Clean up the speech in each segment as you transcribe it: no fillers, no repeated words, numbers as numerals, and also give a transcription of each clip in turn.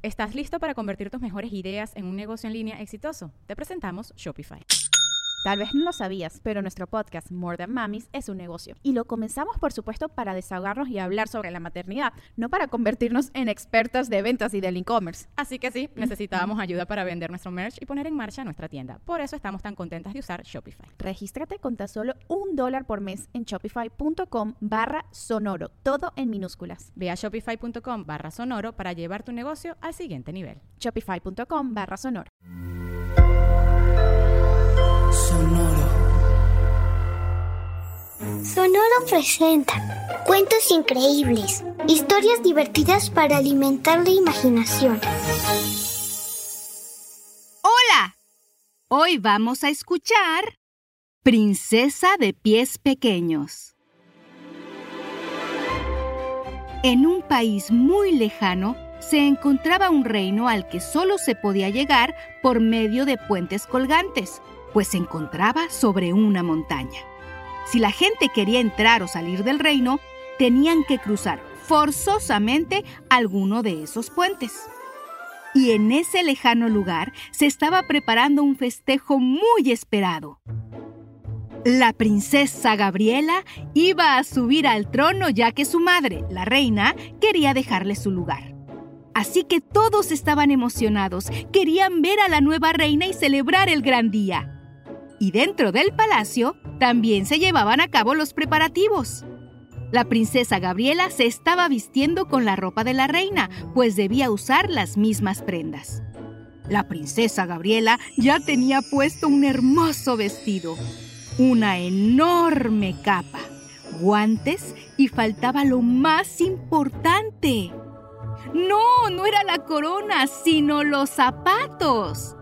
¿Estás listo para convertir tus mejores ideas en un negocio en línea exitoso? Te presentamos Shopify. Tal vez no lo sabías, pero nuestro podcast More Than Mamis es un negocio. Y lo comenzamos, por supuesto, para desahogarnos y hablar sobre la maternidad, no para convertirnos en expertas de ventas y del e-commerce. Así que sí, necesitábamos ayuda para vender nuestro merch y poner en marcha nuestra tienda. Por eso estamos tan contentas de usar Shopify. Regístrate con tan solo $1 por mes en shopify.com/sonoro, todo en minúsculas. Ve a shopify.com/sonoro para llevar tu negocio al siguiente nivel. Shopify.com/sonoro. Sonoro presenta cuentos increíbles, historias divertidas para alimentar la imaginación. ¡Hola! Hoy vamos a escuchar Princesa de pies pequeños. En un país muy lejano se encontraba un reino al que solo se podía llegar por medio de puentes colgantes, pues se encontraba sobre una montaña. Si la gente quería entrar o salir del reino, tenían que cruzar forzosamente alguno de esos puentes. Y en ese lejano lugar se estaba preparando un festejo muy esperado. La princesa Gabriela iba a subir al trono ya que su madre, la reina, quería dejarle su lugar. Así que todos estaban emocionados, querían ver a la nueva reina y celebrar el gran día. Y dentro del palacio también se llevaban a cabo los preparativos. La princesa Gabriela se estaba vistiendo con la ropa de la reina, pues debía usar las mismas prendas. La princesa Gabriela ya tenía puesto un hermoso vestido, una enorme capa, guantes y faltaba lo más importante. No era la corona, sino los zapatos.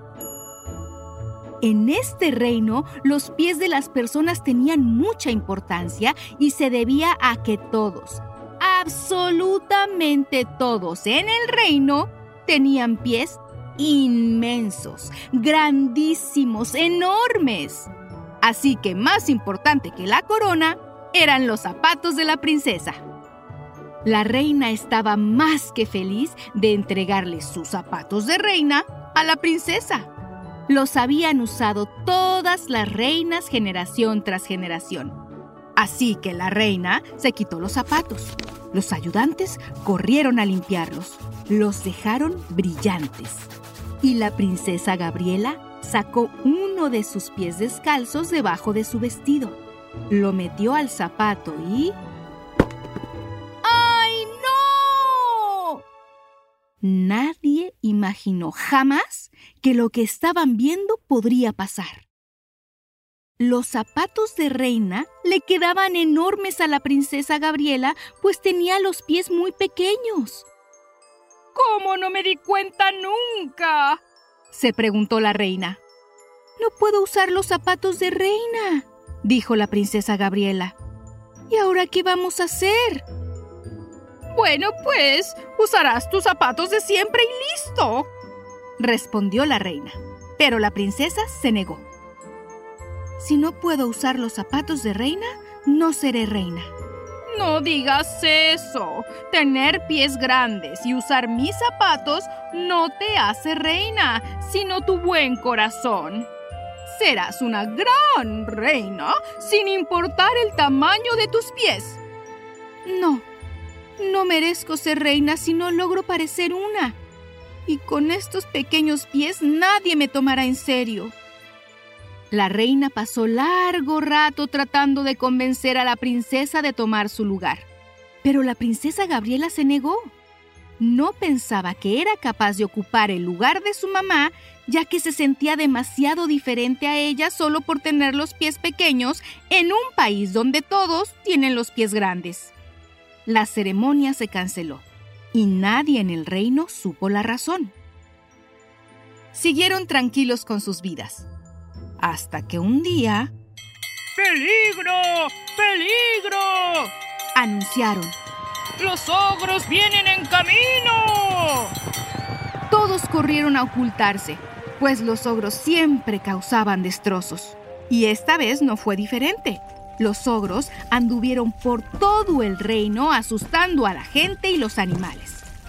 En este reino, los pies de las personas tenían mucha importancia y se debía a que todos, absolutamente todos en el reino, tenían pies inmensos, grandísimos, enormes. Así que más importante que la corona eran los zapatos de la princesa. La reina estaba más que feliz de entregarle sus zapatos de reina a la princesa. Los habían usado todas las reinas generación tras generación. Así que la reina se quitó los zapatos. Los ayudantes corrieron a limpiarlos. Los dejaron brillantes. Y la princesa Gabriela sacó uno de sus pies descalzos debajo de su vestido. Lo metió al zapato y... ¡Ay, no! Nadie imaginó jamás que lo que estaban viendo podría pasar. Los zapatos de reina le quedaban enormes a la princesa Gabriela, pues tenía los pies muy pequeños. ¿Cómo no me di cuenta nunca?, se preguntó la reina. No puedo usar los zapatos de reina, dijo la princesa Gabriela. ¿Y ahora qué vamos a hacer? Bueno, pues usarás tus zapatos de siempre y listo, respondió la reina. Pero la princesa se negó. Si no puedo usar los zapatos de reina, no seré reina. No digas eso. Tener pies grandes y usar mis zapatos no te hace reina, sino tu buen corazón. Serás una gran reina sin importar el tamaño de tus pies. No merezco ser reina si no logro parecer una. Y con estos pequeños pies nadie me tomará en serio. La reina pasó largo rato tratando de convencer a la princesa de tomar su lugar. Pero la princesa Gabriela se negó. No pensaba que era capaz de ocupar el lugar de su mamá, ya que se sentía demasiado diferente a ella solo por tener los pies pequeños en un país donde todos tienen los pies grandes. La ceremonia se canceló y nadie en el reino supo la razón. Siguieron tranquilos con sus vidas, hasta que un día... ¡Peligro! ¡Peligro!, anunciaron. ¡Los ogros vienen en camino! Todos corrieron a ocultarse, pues los ogros siempre causaban destrozos. Y esta vez no fue diferente. Los ogros anduvieron por todo el reino asustando a la gente y los animales.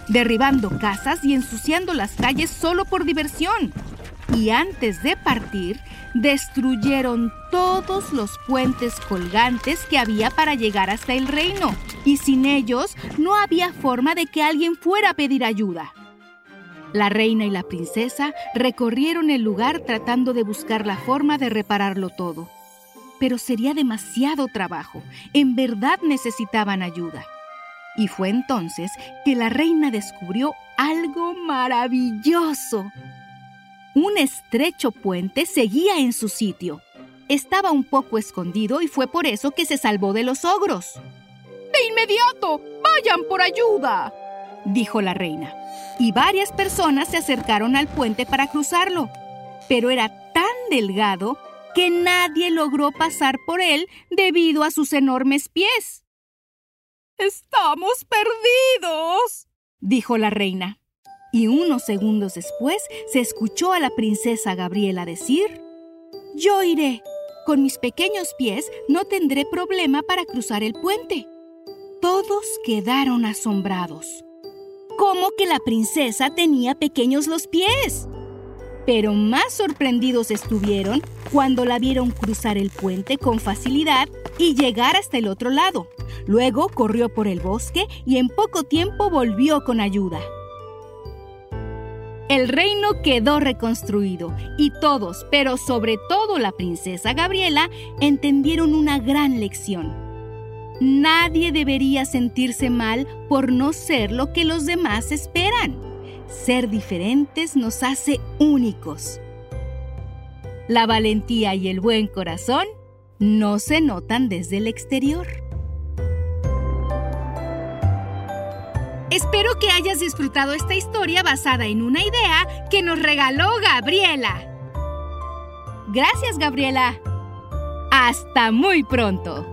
derribando casas y ensuciando las calles solo por diversión. Y antes de partir, destruyeron todos los puentes colgantes que había para llegar hasta el reino. Y sin ellos, no había forma de que alguien fuera a pedir ayuda. La reina y la princesa recorrieron el lugar tratando de buscar la forma de repararlo todo. Pero sería demasiado trabajo. En verdad necesitaban ayuda. Y fue entonces que la reina descubrió algo maravilloso. Un estrecho puente seguía en su sitio. Estaba un poco escondido y fue por eso que se salvó de los ogros. ¡De inmediato! ¡Vayan por ayuda!, dijo la reina. Y varias personas se acercaron al puente para cruzarlo. Pero era tan delgado que nadie logró pasar por él debido a sus enormes pies. ¡Estamos perdidos!, dijo la reina. Y unos segundos después se escuchó a la princesa Gabriela decir: «Yo iré. Con mis pequeños pies no tendré problema para cruzar el puente». Todos quedaron asombrados. ¿Cómo que la princesa tenía pequeños los pies? Pero más sorprendidos estuvieron cuando la vieron cruzar el puente con facilidad y llegar hasta el otro lado. Luego corrió por el bosque y en poco tiempo volvió con ayuda. El reino quedó reconstruido y todos, pero sobre todo la princesa Gabriela, entendieron una gran lección. Nadie debería sentirse mal por no ser lo que los demás esperan. Ser diferentes nos hace únicos. La valentía y el buen corazón no se notan desde el exterior. Espero que hayas disfrutado esta historia basada en una idea que nos regaló Gabriela. Gracias, Gabriela. Hasta muy pronto.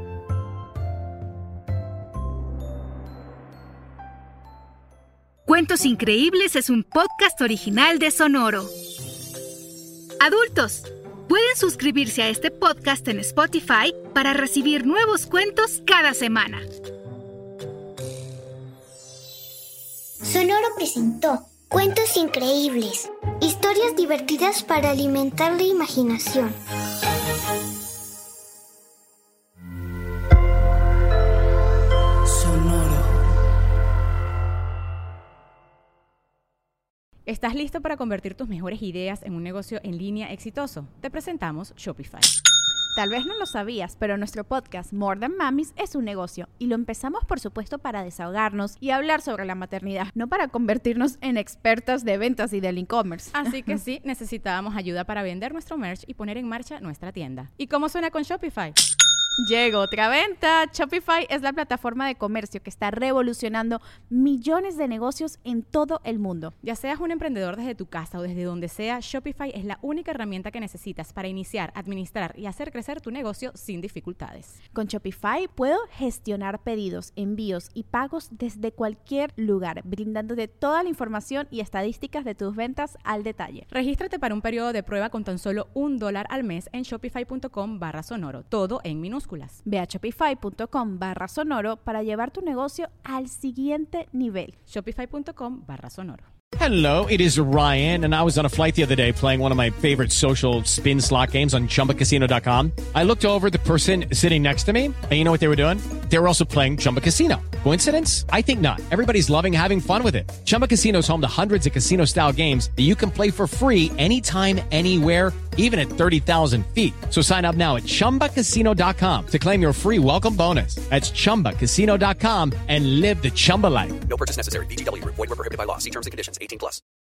Cuentos Increíbles es un podcast original de Sonoro. Adultos, pueden suscribirse a este podcast en Spotify para recibir nuevos cuentos cada semana. Sonoro presentó Cuentos Increíbles, historias divertidas para alimentar la imaginación. ¿Estás listo para convertir tus mejores ideas en un negocio en línea exitoso? Te presentamos Shopify. Tal vez no lo sabías, pero nuestro podcast More Than Mamis es un negocio y lo empezamos por supuesto para desahogarnos y hablar sobre la maternidad, no para convertirnos en expertas de ventas y del e-commerce. Así que sí, necesitábamos ayuda para vender nuestro merch y poner en marcha nuestra tienda. ¿Y cómo suena con Shopify? Llegó otra venta. Shopify es la plataforma de comercio que está revolucionando millones de negocios en todo el mundo. Ya seas un emprendedor desde tu casa o desde donde sea, Shopify es la única herramienta que necesitas para iniciar, administrar y hacer crecer tu negocio sin dificultades. Con Shopify puedo gestionar pedidos, envíos y pagos desde cualquier lugar, brindándote toda la información y estadísticas de tus ventas al detalle. Regístrate para un periodo de prueba con tan solo $1 al mes en shopify.com/sonoro, todo en minúsculas. Ve a shopify.com/sonoro para llevar tu negocio al siguiente nivel. Shopify.com/sonoro. Hello, it is Ryan, and I was on a flight the other day playing one of my favorite social spin slot games on ChumbaCasino.com. I looked over at the person sitting next to me, and you know what they were doing? They were also playing Chumba Casino. Coincidence? I think not. Everybody's loving having fun with it. Chumba Casino is home to hundreds of casino-style games that you can play for free anytime, anywhere, even at 30,000 feet. So sign up now at ChumbaCasino.com to claim your free welcome bonus. That's ChumbaCasino.com and live the Chumba life. No purchase necessary. VGW. Void where prohibited by law. See terms and conditions. 18+.